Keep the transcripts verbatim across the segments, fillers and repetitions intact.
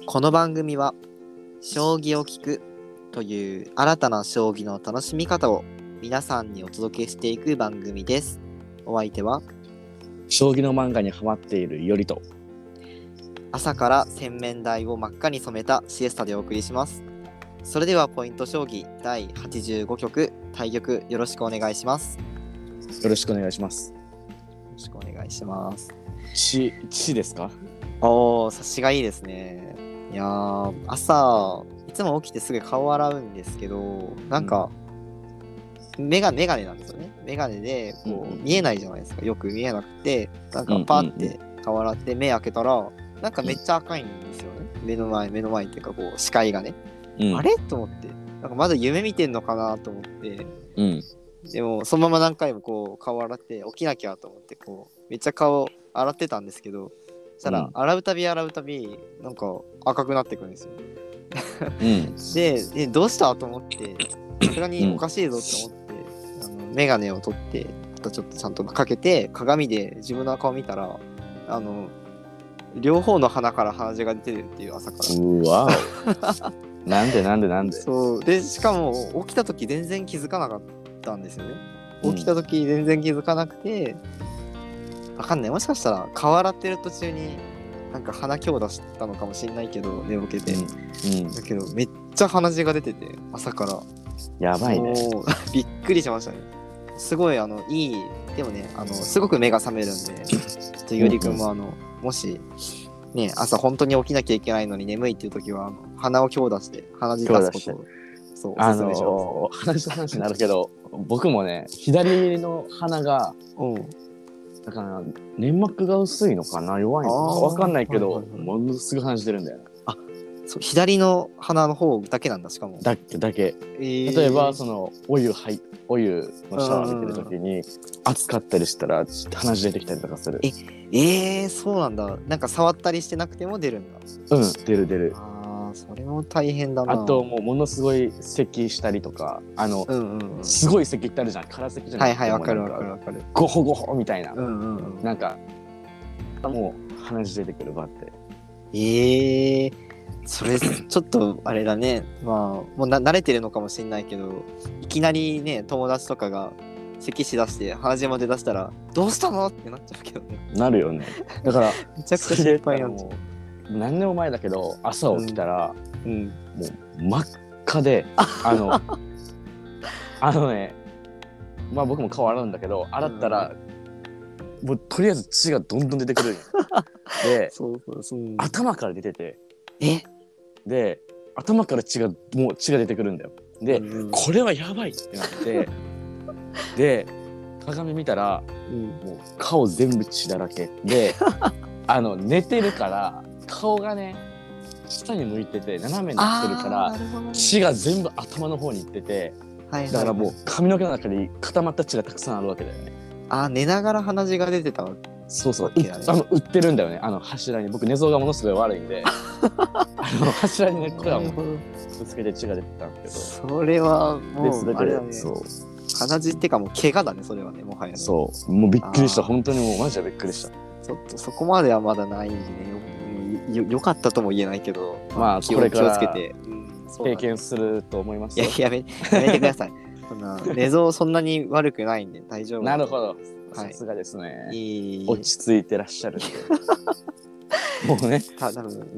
この番組は将棋を聞くという新たな将棋の楽しみ方を皆さんにお届けしていく番組です。お相手は将棋の漫画にハマっているよりと朝から洗面台を真っ赤に染めたシエスタでお送りします。それではポイント将棋だいはちじゅうご局対局よろしくお願いします。 よろしくお願いします。 よろしくお願いします。 ち、ちですか？ おー、察しがいいですね。いやー、朝いつも起きてすぐ顔洗うんですけど、なんか、うん、メガメガネなんですよね。メガネでこう、うん、見えないじゃないですか。よく見えなくて、なんかパーって顔洗って目開けたら、なんかめっちゃ赤いんですよね。目の前目の前っていうかこう視界がね。うん、あれと思って、なんかまだ夢見てんのかなと思って、うん、でもそのまま何回もこう顔洗って起きなきゃと思ってこうめっちゃ顔洗ってたんですけど、そしたら洗うたび洗うたびなんか赤くなってくるんですよ。うん、で, でどうしたと思ってさすがにおかしいぞって思って、うん、あのメガネを取ってちょっとちゃんとかけて鏡で自分の顔見たらあの両方の鼻から鼻血が出てるっていう朝から。 うわおなんでなんでなんでそうでしかも起きた時全然気づかなかったんですよね。起きた時全然気づかなくて、うん、わかんない、もしかしたら顔洗ってる途中になんか鼻強打したのかもしれないけど寝ぼけて、うんうん、だけどめっちゃ鼻血が出てて朝からやばいねびっくりしましたね。すごいあのいいでもねあのすごく目が覚めるんでちょっとゆりくんもあの、うんうん、もしね、朝本当に起きなきゃいけないのに眠いっていう時はあの鼻を強打して鼻血出すことをそうおすすめします。 あのー、話話になるけど僕もね左の鼻がだから粘膜が薄いのかな弱いのかわかんないけど、はいはいはい、ものすぐ鼻血出るんだよね。 あ、そう左の鼻の方だけなんだ。しかもだけだけ、えー、例えばそのお湯はいお湯のシャワー浴びてる時に暑かったりしたら鼻血出てきたりとかする。 ええー、そうなんだ。なんか触ったりしてなくても出るんだ。 うん出る出る。 ああそれも大変だな。 あともうものすごい咳したりとかあの、うんうんうん、すごい咳ってあるじゃん。空咳じゃない。 はいはいわかるわかるわかる。 ゴホゴホみたいな、うんうんうん、なんかもう鼻血出てくるばって。 ええー、それちょっとあれだね。まあもうな慣れてるのかもしれないけどいきなりね友達とかが咳しだして鼻血まで出したらどうしたのってなっちゃうけどね。 なるよね。だからめちゃくちゃ心配なんちゃう。何年も前だけど朝起きたら、うんうん、もう真っ赤であのあのねまあ僕も顔洗うんだけど洗ったら、うん、もうとりあえず血がどんどん出てくるんよでそうそうそう頭から出ててえで頭から血がもう血が出てくるんだよ。で、うん、これはやばいってなってで鏡見たら、うん、もう顔全部血だらけであの寝てるから顔がね下に向いてて斜めになってるから血が全部頭の方に行ってて、はいはいはい、だからもう髪の毛の中に固まった血がたくさんあるわけだよね。 あ寝ながら鼻血が出てたわけ。 そうそう、ね、あの売ってるんだよねあの柱に。僕寝相がものすごい悪いんであの柱にねこれはもうぶつけて血が出てたんですけど、 それはもうあれだね。 そう鼻血ってかもう怪我だねそれはねもはやね。 そうもうびっくりした。本当にもうマジでびっくりした。 ちょっとそこまではまだないんでね よ, よ, よかったとも言えないけどまあこれから気をつけて、うん、 経験すると思います。 いややめやめてくださいそんな寝相そんなに悪くないんで大丈夫。 なるほど、さすがですね、いい落ち着いてらっしゃるんでもうねた多分、うん、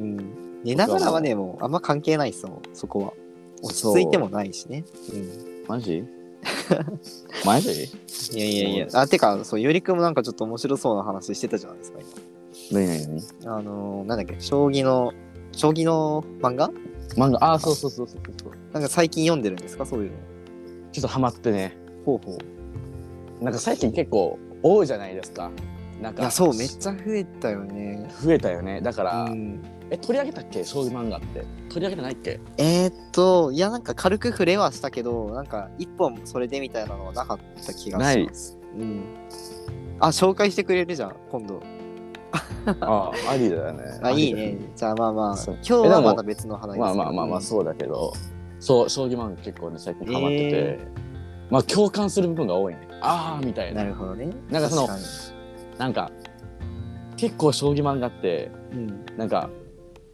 寝ながらはねもうあんま関係ないっすもんそこは。落ち着いてもないしね。 うん、マジマジいやいやいやあてかそうゆりくんもなんかちょっと面白そうな話してたじゃないですか今。何何何あのー、なんだっけ将棋の将棋の漫画漫画あそうそうそうそうそうなんか最近読んでるんですかそういうの。 ちょっとハマってね。 ほうほうなんか最近結構多いじゃないですか。なんかいやそうめっちゃ増えたよね。 増えたよねだから、 うんえ取り上げたっけ将棋漫画って取り上げてないっけ。 えー、っといやなんか軽く触れはしたけどなんか一本それでみたいなのはなかった気がします。ない、うん、あ紹介してくれるじゃん今度あありだよね。 あいいね。じゃあまあまあ今日はまた別の話ですけど。 まあまあまあまあそうだけど、うん、そう将棋漫画結構ね最近ハマってて、えー、まあ共感する部分が多いね。ああみたいな。 なるほどね。 なんかそのなんか結構将棋漫画って、うん、なんか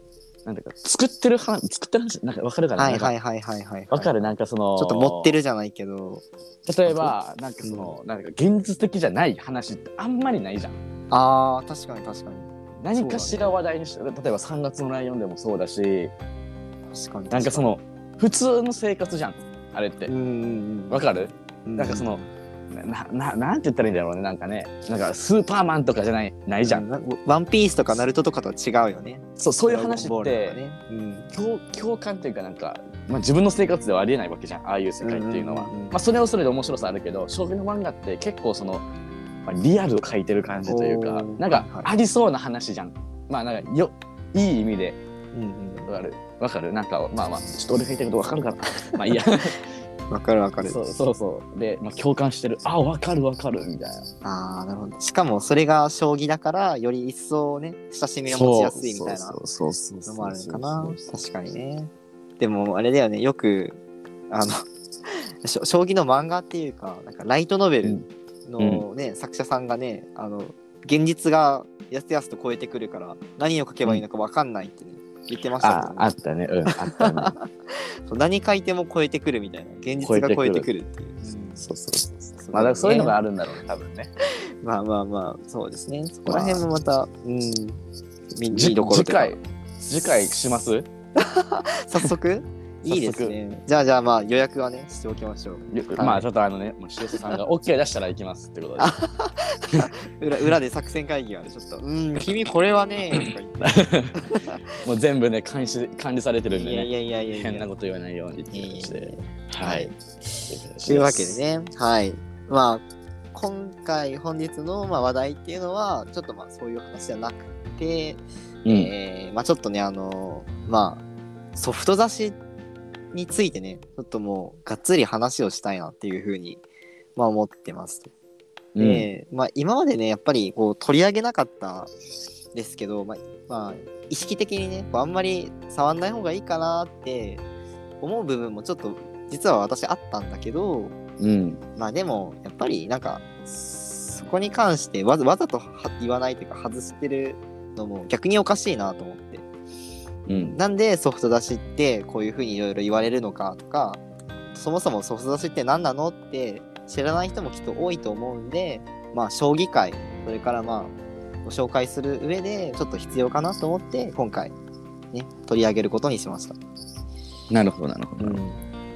なんだか作ってる話作ってる話なんかわかるかな。 はいはいはいはいはい。 わかるなんかそのちょっと持ってるじゃないけど。 例えばなんかその、うん、なんか現実的じゃない話ってあんまりないじゃん。 あー確かに確かに。 何かしら話題にして、ね、例えばさんがつのライオンでもそうだし、 確かになんかその普通の生活じゃんあれって。わかる？なんかそのなななんて言ったらいいんだろうねなんかねなんかスーパーマンとかじゃないないじゃん。 うん、ワンピースとかナルトとかとは違うよね。 そうそういう話って、ねうん、共, 共感っていうかなんか、まあ、自分の生活ではありえないわけじゃんああいう世界っていうのは。うんうんうんまあ、それはそれで面白さあるけど将棋の漫画って結構その、まあ、リアルを描いてる感じというかなんかありそうな話じゃん。まあなんかよいい意味で。うんうん、わかるわかるなんかまあまあちょっと俺が言いたいことわかるかなまあいいやわかるわかるそうそうそうで、まあ、共感してるあわかるわかるみたいな。 ああなるほど。しかもそれが将棋だからより一層ね親しみを持ちやすいみたいなのもあるのかな。確かにね。でもあれだよねよくあの将棋の漫画っていうかなんかライトノベルのね、うん、作者さんがねあの現実がやすやすと超えてくるから何を書けばいいのか分かんないってね、うん、言ってましたけど、ね、 あ, あったねうんあったねそう何書いても超えてくるみたいな現実が超えてくるっていう、うん、 そうそうそうそうまあだからそういうのがあるんだろうね多分ねまあまあまあそうですねそこら辺もまた、まあ、うん見どころとか次回次回します早速いいですね。じゃあじゃあまあ予約はねしておきましょう。 まあ、はい、ちょっとあのね、もうしおさんが OK 出したら行きますってことで。裏, 裏で作戦会議はちょっと、うん君これはねとか言って。 もう全部ね監視管理されてるんでね。 いやいやいやいやいや変なこと言わないようにってして。はい。 というわけでね、はい。まあ今回本日のまあ話題っていうのはちょっとまあそういう話じゃなくて、うん、えー、まあちょっとねあのまあソフト雑誌についてねちょっともうがっつり話をしたいなっていうふうに、まあ、思ってますと。で、うんまあ、今までねやっぱりこう取り上げなかったですけど、まあまあ、意識的にねこうあんまり触んない方がいいかなって思う部分もちょっと実は私あったんだけど、うん、まあでもやっぱりなんかそこに関してわざわざと言わないというか外してるのも逆におかしいなと思って。うん、なんでソフト出しってこういう風にいろいろ言われるのかとかそもそもソフト出しって何なのって知らない人もきっと多いと思うんでまあ将棋界それからまあご紹介する上でちょっと必要かなと思って今回ね取り上げることにしました。 なるほどなるほど、うん、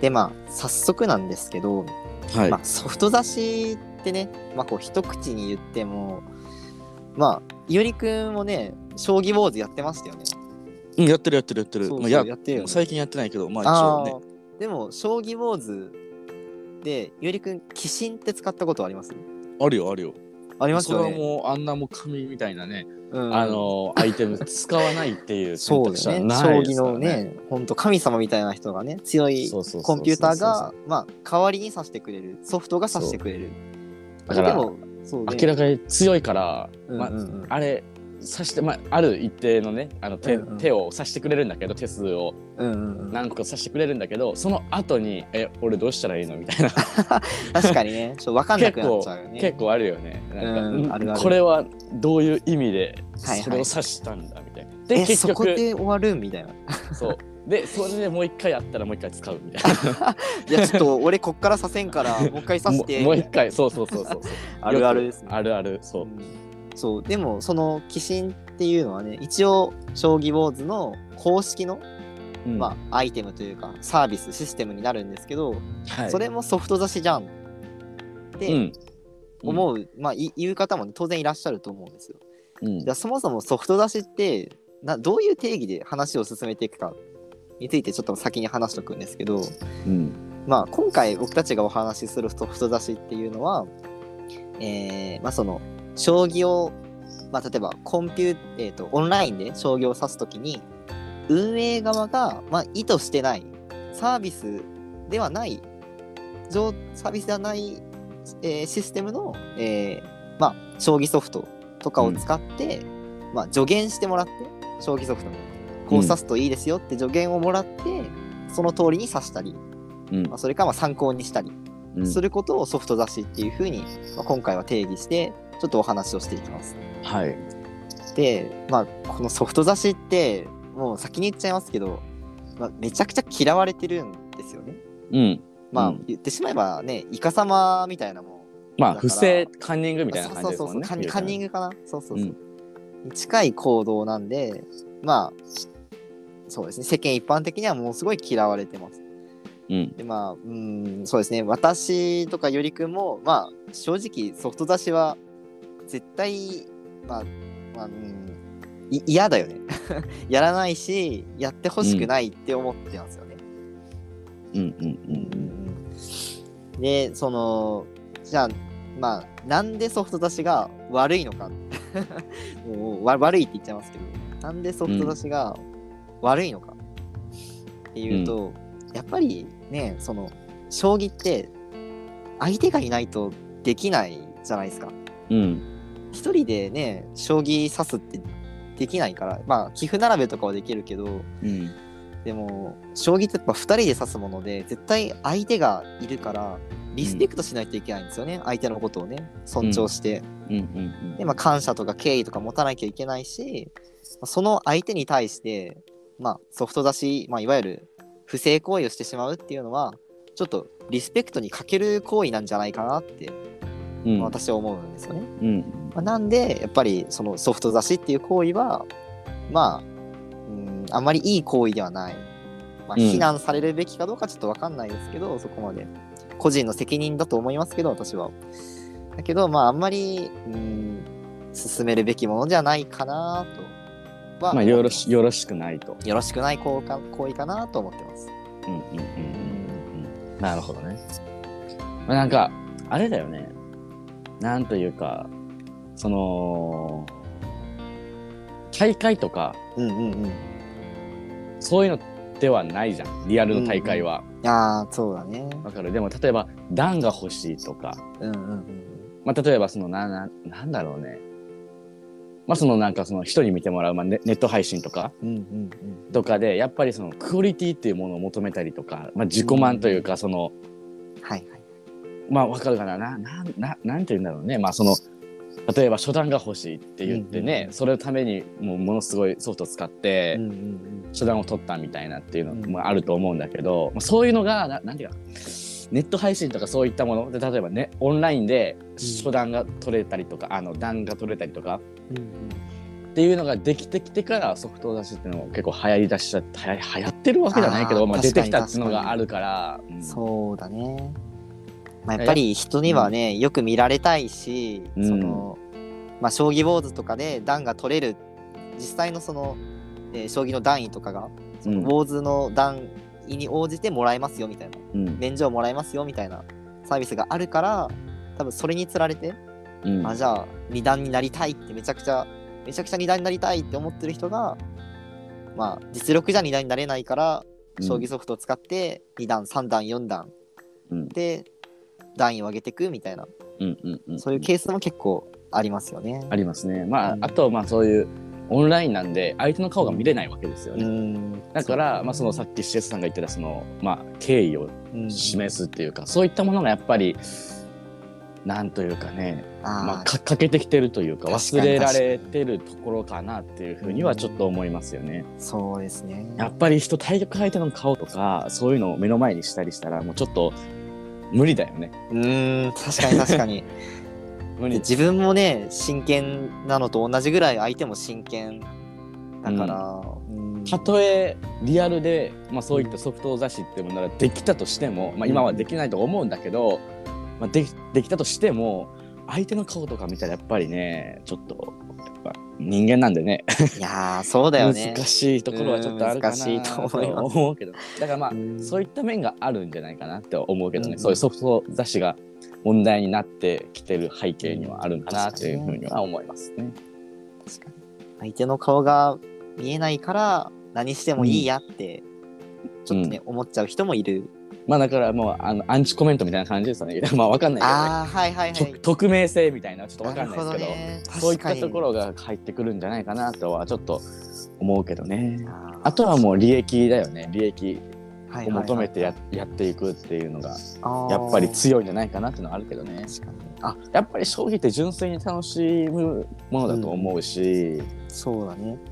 でまあ早速なんですけど、はいまあ、ソフト出しってねまあこう一口に言ってもまあいおりくんもね将棋ウォーズやってましたよね。 うん、やってるやってるやってる。 そうそうまあ、ややってるよね、 最近やってないけど、まあ一応ね。 でも、将棋ウォーズで、ゆりくん、鬼神って使ったことあります？ あるよ、あるよ。 ありますよね。 それはもう、あんなもう紙みたいなね、うん、あの、アイテム使わないっていう選択肢はないですからね。 将棋のね、ほんと神様みたいな人がね、強いコンピューターが、まあ、代わりに指してくれる。ソフトが指してくれる。 だから、でもそう、ね、明らかに強いから、まあ、うんうんうん、あれ、指して、まあ、ある一定のねあの 手,、うんうん、手を指してくれるんだけど手数を何個か指してくれるんだけど、うんうんうん、その後にえ俺どうしたらいいのみたいな確かにねちょっと分かんなくなっちゃうよね。 結構、結構あるよねなんか、 うん、あるあるこれはどういう意味でそれを指したんだみたいな、はいはい、 でえ結局そこで終わるみたいなそうでそれでもう一回やったらもう一回使うみたいないやちょっと俺こっから指せんからもう一回指してもう一回そうそうそうそうあるあるですね。 あるあるそう、うんそうでもその鬼神っていうのはね一応将棋ウォーズの公式の、うんまあ、アイテムというかサービスシステムになるんですけど、はい、それもソフト指しじゃんって思う、うんまあ、言う方も、ね、当然いらっしゃると思うんですよ、うん、じゃあそもそもソフト指しってなどういう定義で話を進めていくかについてちょっと先に話しておくんですけど、うんまあ、今回僕たちがお話しするソフト指しっていうのは、えーまあ、その将棋を、まあ、例えばコンピュー、えーと、オンラインで将棋を指すときに運営側が、まあ、意図してないサービスではないサービスではない、えー、システムの、えーまあ、将棋ソフトとかを使って、うんまあ、助言してもらって将棋ソフトにこう指すといいですよって助言をもらって、うん、その通りに指したり、うんまあ、それかまあ参考にしたりすることをソフト指しっていうふうに、まあ、今回は定義してちょっとお話をしていきます。 はい。 で、まあこのソフト指しってもう先に言っちゃいますけど、まあ、めちゃくちゃ嫌われてるんですよね。 うん。 まあ、 うん、 言ってしまえばね、イカ様みたいなもん。 まあ、不正カンニングみたいな感じですもんね。 そうそうそう、カンニングかな。そうそうそう。 うん、 近い行動なんで、まあ、そうですね、世間一般的にはものすごい嫌われてます。 うん、 でまあ、うん、そうですね、私とかよりくんも、まあ、正直ソフト出しは絶対、まあ、まあ、うん、嫌だよね。やらないし、やってほしくないって思ってますよね。 うんうんうんうん。で、その、じゃあ、まあ、なんでソフト出しが悪いのか。もう悪いって言っちゃいますけど、なんでソフト出しが悪いのかっていうと、うん、やっぱりね、その将棋って相手がいないとできないじゃないですか。 うん。 一人でね、将棋指すってできないから、まあ棋譜並べとかはできるけど、 うん、 でも将棋ってやっぱふたりで指すもので、絶対相手がいるからリスペクトしないといけないんですよね、うん、相手のことをね尊重して、 うんうんうん、 でまあ感謝とか敬意とか持たなきゃいけないし、その相手に対してまあソフト出し、まあ、いわゆる不正行為をしてしまうっていうのはちょっとリスペクトに欠ける行為なんじゃないかなって、うんまあ、私は思うんですよね、うんまあ、なんでやっぱりそのソフト出しっていう行為はまあ、うん、あまりいい行為ではない、まあ、非難されるべきかどうかちょっと分かんないですけど、うん、そこまで個人の責任だと思いますけど、私はだけどまああんまり、うん、進めるべきものじゃないかなとは、 まあ、よろしよろしくないとよろしくない行為かなと思ってます。 うんうんうんうんうん。なるほどね。まあ、なんかあれだよね。なんというかその大会とか、うんうんうん、そういうのではないじゃん。リアルの大会は。 うんうん、ああそうだね。 わかる。でも例えば段が欲しいとか、うんうんうん、まあ例えばそのなななんだろうね。まあそのなんかその人に見てもらう、まあ、ネ, ネット配信とか、うんうんうん、とかでやっぱりそのクオリティっていうものを求めたりとか、まあ、自己満というかその、うん、はいはい、まあわかるかなななななんて言うんだろうね。まあその例えば初段が欲しいって言ってね、うんうんうん、それのためにもうものすごいソフトを使って初段を取ったみたいなっていうのもあると思うんだけど、うん、そういうのが な, なんていうかネット配信とかそういったもので例えばねオンラインで初段が取れたりとか、うん、あの段が取れたりとか、うんうん、っていうのができてきてからソフト出しっていうのも結構流行りだしちゃって流行ってるわけじゃないけどまあ、出てきたっていうのがあるから、 うん、そうだね。まあ、やっぱり人にはね、うん、よく見られたいし、うん、そのまあ、将棋坊主とかで段が取れる実際のその、えー、将棋の段位とかがその坊主の段位に応じてもらえますよみたいな、うん、免状もらえますよみたいなサービスがあるから多分それにつられて、うん、あじゃあ二段になりたいってめちゃくちゃめちゃくちゃ二段になりたいって思ってる人がまあ実力じゃ二段になれないから将棋ソフトを使ってに段さん段よん段、うん、で段位を上げていくみたいな、うんうんうん、そういうケースも結構ありますよね。 ありますね。まあ、うん、あとまあそういうオンラインなんで相手の顔が見れないわけですよね。うん、だから、まあ、そのさっきシエスさんが言ってたその、まあ、敬意を示すっていうか、うん、そういったものがやっぱりなんというかねまあ、か欠けてきてるというか忘れられてるところかなっていうふうにはちょっと思いますよね。 うん、そうですね。 やっぱり人対局相手の顔とかそういうのを目の前にしたりしたらもうちょっと無理だよね。 うーん確かに確かに。自分もね真剣なのと同じぐらい相手も真剣だから、 うん、たとえリアルで、まあ、そういったソフト雑誌っていうものができたとしても、まあ、今はできないと思うんだけど、まあ、で, できたとしても相手の顔とか見たらやっぱりねちょっとやっぱ人間なんでねいやそうだよね難しいところはちょっとあるかな難しいと思います思うけどだからまあそういった面があるんじゃないかなって思うけどね、うん、そういうソフト雑誌が問題になってきてる背景にはあるんかなっていうふうには思いますね。 確かに相手の顔が見えないから何してもいいやってちょっとね、うん、思っちゃう人もいる。 まあだからもうあのアンチコメントみたいな感じですよね。まあわかんないけどね。 あはいはいはい。 匿名性みたいなちょっとわかんないですけど、ね、そういったところが入ってくるんじゃないかなとはちょっと思うけどね。あ, あとはもう利益だよね。利益を求めて や,、はいはいはい、やっていくっていうのがやっぱり強いんじゃないかなっていうのはあるけどね。確かにあやっぱり将棋って純粋に楽しむものだと思うし、 うん、そうだね。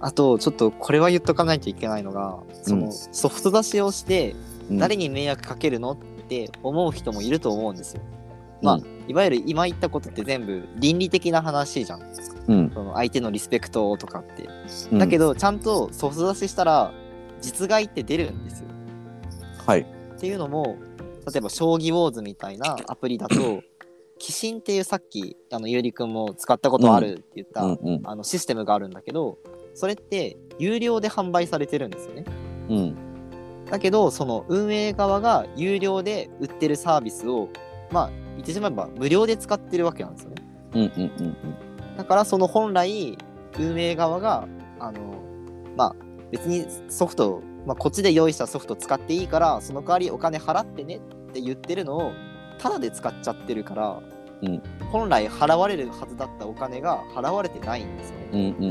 あとちょっとこれは言っとかないといけないのが、そのソフト出しをして誰に迷惑かけるのって思う人もいると思うんですよ。うん、まあいわゆる今言ったことって全部倫理的な話じゃん、うん、その相手のリスペクトとかって、うん、だけどちゃんとソフト出ししたら実害って出るんですよ。 はい。 っていうのも、例えば将棋ウォーズみたいなアプリだと鬼神っていうさっきあのゆうりくんも使ったことあるって言った、うんうんうん、あのシステムがあるんだけど、それって有料で販売されてるんですよね。うん、だけどその運営側が有料で売ってるサービスをまあ言ってしまえば無料で使ってるわけなんですよね。うんうんうんうん、だからその本来運営側があのまあ別にソフト、まあ、こっちで用意したソフト使っていいからその代わりお金払ってねって言ってるのをタダで使っちゃってるから、うん、本来払われるはずだったお金が払われてないんですよね。うんうんうんうん、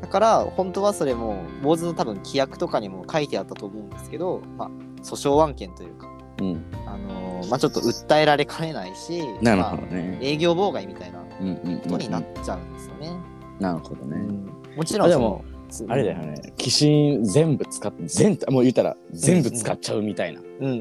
だから本当はそれも坊主の多分規約とかにも書いてあったと思うんですけど、まあ、訴訟案件というか、うん、あのー、まあちょっと訴えられかねないし、 なるほどね、 まあ、営業妨害みたいなことになっちゃうんですよね。 うんうんうんうん、なるほどね、うん、 もちろんでもあれだよね、鬼神全部使って全もう言ったら全部使っちゃうみたいな、うんうんうんうん、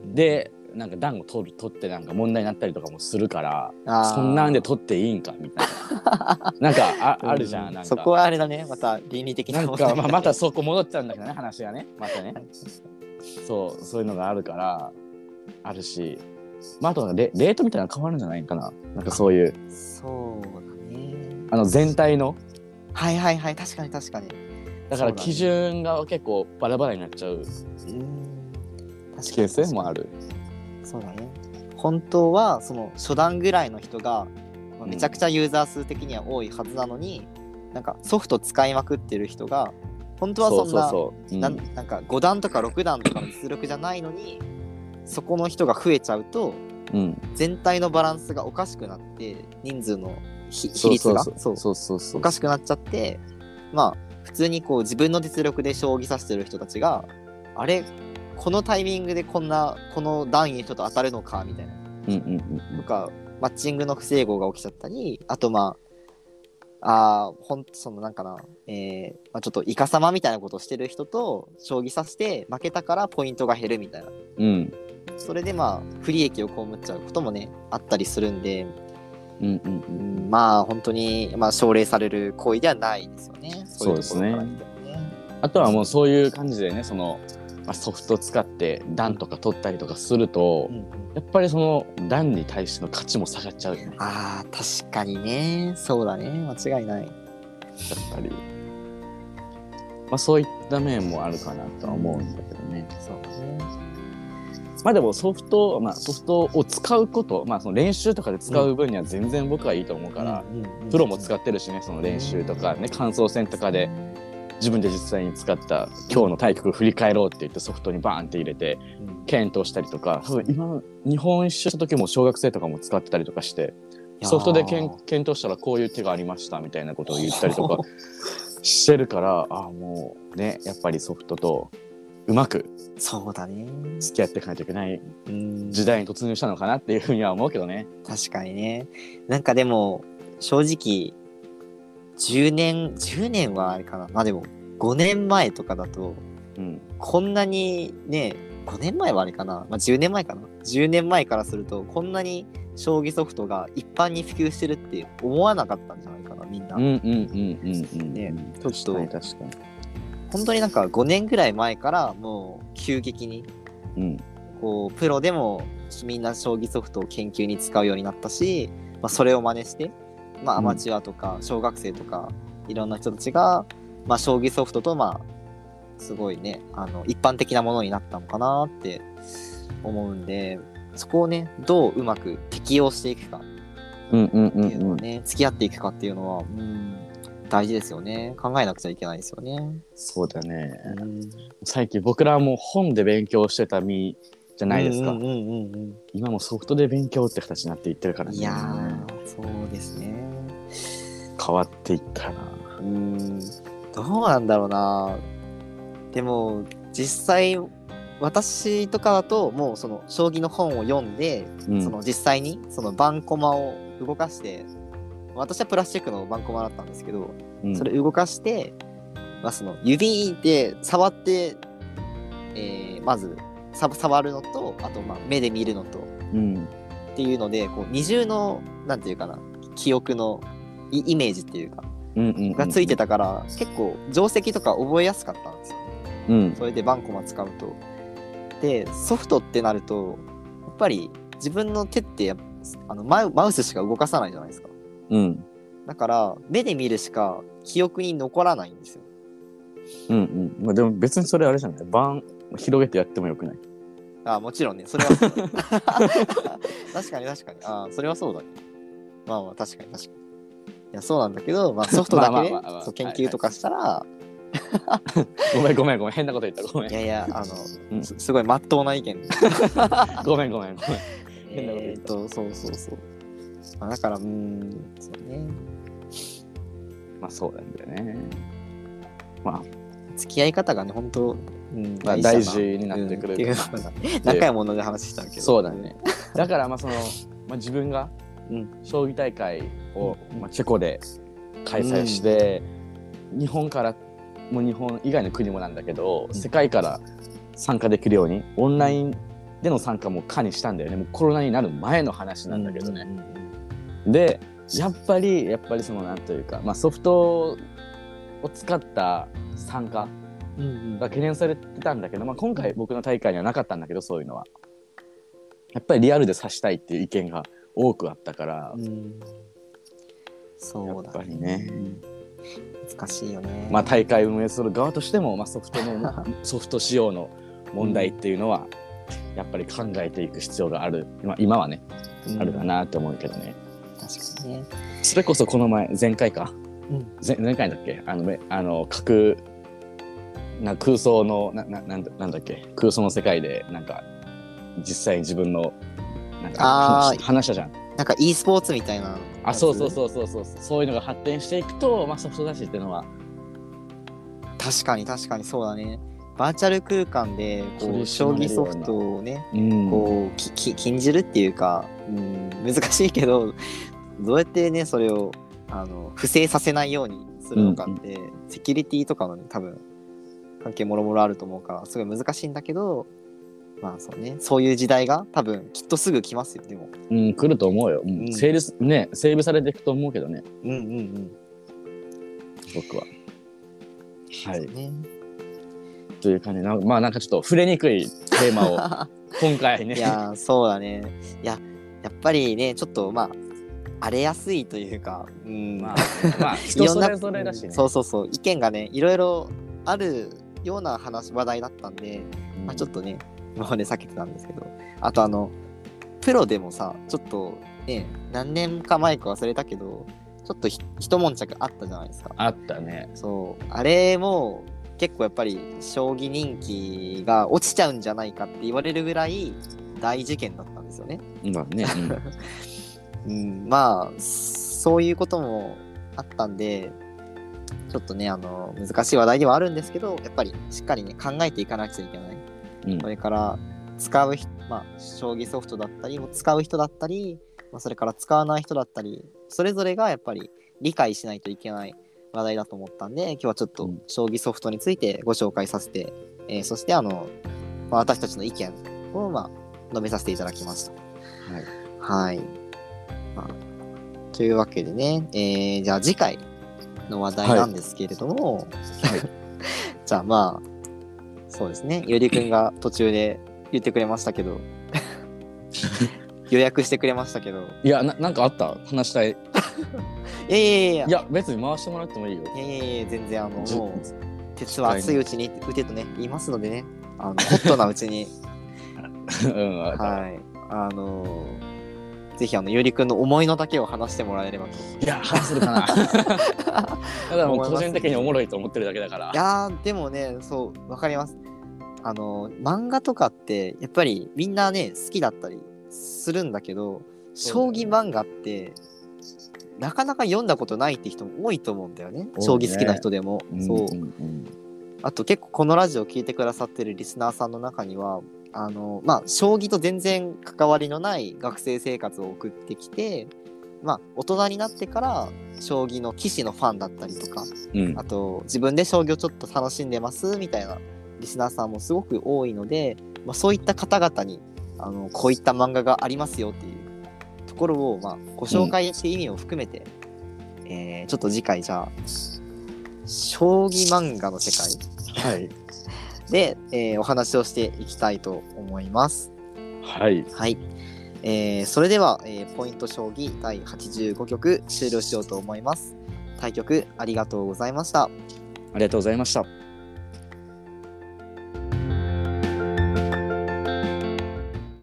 でなんか段を取る取ってなんか問題になったりとかもするから、そんなんで取っていいんかみたいななんか あ,、うん、あるじゃん、なんかそこはあれだね、また倫理的ななんか、まあ、またそこ戻っちゃうんだけどね話がねまたねそうそういうのがあるからあるし、まあ、あとレレートみたいなの変わるんじゃないかな、なんかそういうそうだね、 あの全体のはいはいはい、確かに確かに、 だから基準が結構バラバラになっちゃう危険性もある。 そうだね、本当はその初段ぐらいの人が、まあ、めちゃくちゃユーザー数的には多いはずなのに、うん、なんかソフト使いまくってる人が本当はそんな、そうそうそう、うん、な, なんかご段とかろく段とかの実力じゃないのにそこの人が増えちゃうと、うん、全体のバランスがおかしくなって人数の比率がおかしくなっちゃって、まあ普通にこう自分の実力で将棋指してる人たちがあれこのタイミングでこんなこの段位の人と当たるのかみたいな、うんうんうん、とかマッチングの不整合が起きちゃったり、あとまああほんそのなんかな、えーまあ、ちょっとイカサマみたいなことをしてる人と将棋指して負けたからポイントが減るみたいな、うん、それでまあ不利益を被っちゃうこともねあったりするんで、うんうんうん、まあ本当に、まあ、奨励される行為ではないですよね。 そうですね。あとはもうそういう感じでね、その、まあ、ソフト使って段とか取ったりとかすると、うんうん、やっぱりその段に対しての価値も下がっちゃうよね。 ああ確かにね、そうだね、間違いない。やっぱり、まあ、そういった面もあるかなとは思うんだけどね。 そうね。 まあでもソフト、まあ、ソフトを使うこと、まあ、その練習とかで使う分には全然僕はいいと思うから、うん、プロも使ってるしね、その練習とかね、感想戦とかで自分で実際に使った今日の対局を振り返ろうって言ってソフトにバーンって入れて検討したりとか、多分今日本一周した時も小学生とかも使ってたりとかして、ソフトで検討したらこういう手がありましたみたいなことを言ったりとかしてるから、ああもうね、やっぱりソフトとうまくそうだね付き合っていかないといけない時代に突入したのかなっていうふうには思うけどね。 確かにね。なんかでも正直じゅうねんじゅうねんはあれかな、まあでもごねんまえとかだと、うん、こんなにね、ごねんまえはあれかな、まあ、じゅうねんまえかな、じゅうねんまえからするとこんなに将棋ソフトが一般に普及してるって思わなかったんじゃないかな、みんな。うんうんうんうんうんね、ちょっと確かに確かに本当になんかごねんぐらい前からもう急激に、うん、こうプロでもみんな将棋ソフトを研究に使うようになったし、まあ、それを真似して、まあ、アマチュアとか小学生とかいろんな人たちが、まあ、将棋ソフトとまあすごいね、あの一般的なものになったのかなって思うんで、そこをねどううまく適用していくかっていうのをね、付き合っていくかっていうのは、うん大事ですよね。考えなくちゃいけないですよね。 そうだね、うん、最近僕らはもう本で勉強してた身じゃないですか、うんうんうんうん、今もソフトで勉強って形になっていってるからね。 いやーそうですね、 変わっていったな。 うーんどうなんだろうな。でも実際私とかだともうその将棋の本を読んで、うん、その実際にその盤駒を動かして、私はプラスチックの盤駒だったんですけど、うん、それ動かしてまあ、その指で触って、えー、まずさ触るのと、あとまあ目で見るのと、 うん、 っていうのでこう二重のなんていうかな記憶のイイメージっていうか、 うんうんうんうん、 がついてたから結構定石とか覚えやすかったんですよね。 うん、 それでバンコマ使うと。でソフトってなるとやっぱり自分の手ってあのマウ、マウスしか動かさないじゃないですか。 うん、 だから目で見るしか記憶に残らないんですよ。 うんうん。まあでも別にそれあれじゃない。盤広げてやってもよくない？ あ、もちろんね、それはそうだ確かに確かに。あ、それはそうだね。まあまあ確かに確かに。いやそうなんだけど、まあ、ソフトだけで研究とかしたら、はいはい、ごめんごめんごめん変なこと言ったごめん。 いやいやあの、 うん、 す, すごい真っ当な意見ごめんごめんごめんえっとそうそうそう、まあ、だからうーんそうね、 まあそうなんだよね。まあ付き合い方がね本当、うんまあ、大事になってくる、うん、っていう仲良いもので話したけど、 そうだね。だからまあその、まあ、自分が将棋大会を、まあ、チェコで開催して、うん、日本からもう日本以外の国もなんだけど、うん、世界から参加できるようにオンラインでの参加も可にしたんだよね。もうコロナになる前の話なんだけどね、うんうんうん、でやっぱりやっぱりそのなんというか、まあ、ソフトを使った参加が懸念されてたんだけど、まあ、今回僕の大会にはなかったんだけど、そういうのはやっぱりリアルで指したいっていう意見が多くあったから、うん、 そうだね、 やっぱりね、 難しいよね。 まあ、大会運営する側としても、まあ、ソフトのソフト仕様の問題っていうのはやっぱり考えていく必要がある、まあ、今はね、うん、あるかなと思うけどね。 確かにね。 それこそこの前前回か、うん、前, 前回だっけ、あのあの核な空想の な, な, なんなんだっけ空想の世界でなんか実際に自分のなんか話, 話したじゃん。 なんか e スポーツみたいな。 あ、そうそうそうそうそう、そういうのが発展していくと、まあ、ソフトだしっていうのは確かに確かにそうだね。バーチャル空間でこう将棋ソフトをね、うん、こうきき禁じるっていうか、うん、難しいけどどうやってねそれをあの不正させないようにするのかって、うん、セキュリティとかの、ね、多分関係もろもろあると思うからすごい難しいんだけど、まあそうね、そういう時代が多分きっとすぐ来ますよ。でも、 うん、来ると思うよ、うん、整理ね、整備されていくと思うけどね。 うんうんうん、 僕ははい、ね、という感じで、まあなんかちょっと触れにくいテーマを今回ねいやそうだね、いややっぱりねちょっとまあ荒れやすいというか、うん、まあ、 まあ、人それぞれだしねそうそうそう、意見がねいろいろあるような話話題だったんで、うん、まあ、ちょっとね今まで避けてたんですけど、あとあのプロでもさちょっとね何年か前か忘れたけどちょっとひ一悶着あったじゃないですか。 あったね。 そうあれも結構やっぱり将棋人気が落ちちゃうんじゃないかって言われるぐらい大事件だったんですよね。 まあね、 うんうん、まあそういうこともあったんでちょっとねあの難しい話題ではあるんですけど、やっぱりしっかりね考えていかなくちゃいけない、うん、それから使う人、まあ、将棋ソフトだったり使う人だったり、まあ、それから使わない人だったりそれぞれがやっぱり理解しないといけない話題だと思ったんで、今日はちょっと将棋ソフトについてご紹介させて、うん、えー、そしてあの、まあ、私たちの意見を、まあ、述べさせていただきました。はい、はい、まあ、というわけでね、えー、じゃあ次回の話題なんですけれども、はいはい、じゃあまあそうですね、ゆりくんが途中で言ってくれましたけど予約してくれましたけど、 いや な, なんかあった話したいいやいやいやいや別に回してもらってもいいよ。 いやいやいや全然あのもう鉄は熱いうちに打てとね言いますのでね、あのホットなうちにうん、 はいあのぜひあのゆりくんの思いの丈を話してもらえればと。 いや話せるかなだからもう個人的におもろいと思ってるだけだから。 いやでもねそうわかります。あの漫画とかってやっぱりみんなね好きだったりするんだけど、将棋漫画ってなかなか読んだことないって人も多いと思うんだよね、将棋好きな人でも、ね、そう、うんうんうん、あと結構このラジオを聞いてくださってるリスナーさんの中にはあのまあ将棋と全然関わりのない学生生活を送ってきて、 まあ大人になってから将棋の棋士のファンだったりとか、 うん、 あと自分で将棋をちょっと楽しんでますみたいなリスナーさんもすごく多いので、まあ、そういった方々にあのこういった漫画がありますよっていうところを、まあ、ご紹介っていう意味を含めて、うん、えー、ちょっと次回じゃあ将棋漫画の世界、 はい、 で、えー、お話をしていきたいと思います。 はい、 はい、えー、それでは、えー、ポイント将棋だいはちじゅうごきょく終了しようと思います。対局ありがとうございました。 ありがとうございました。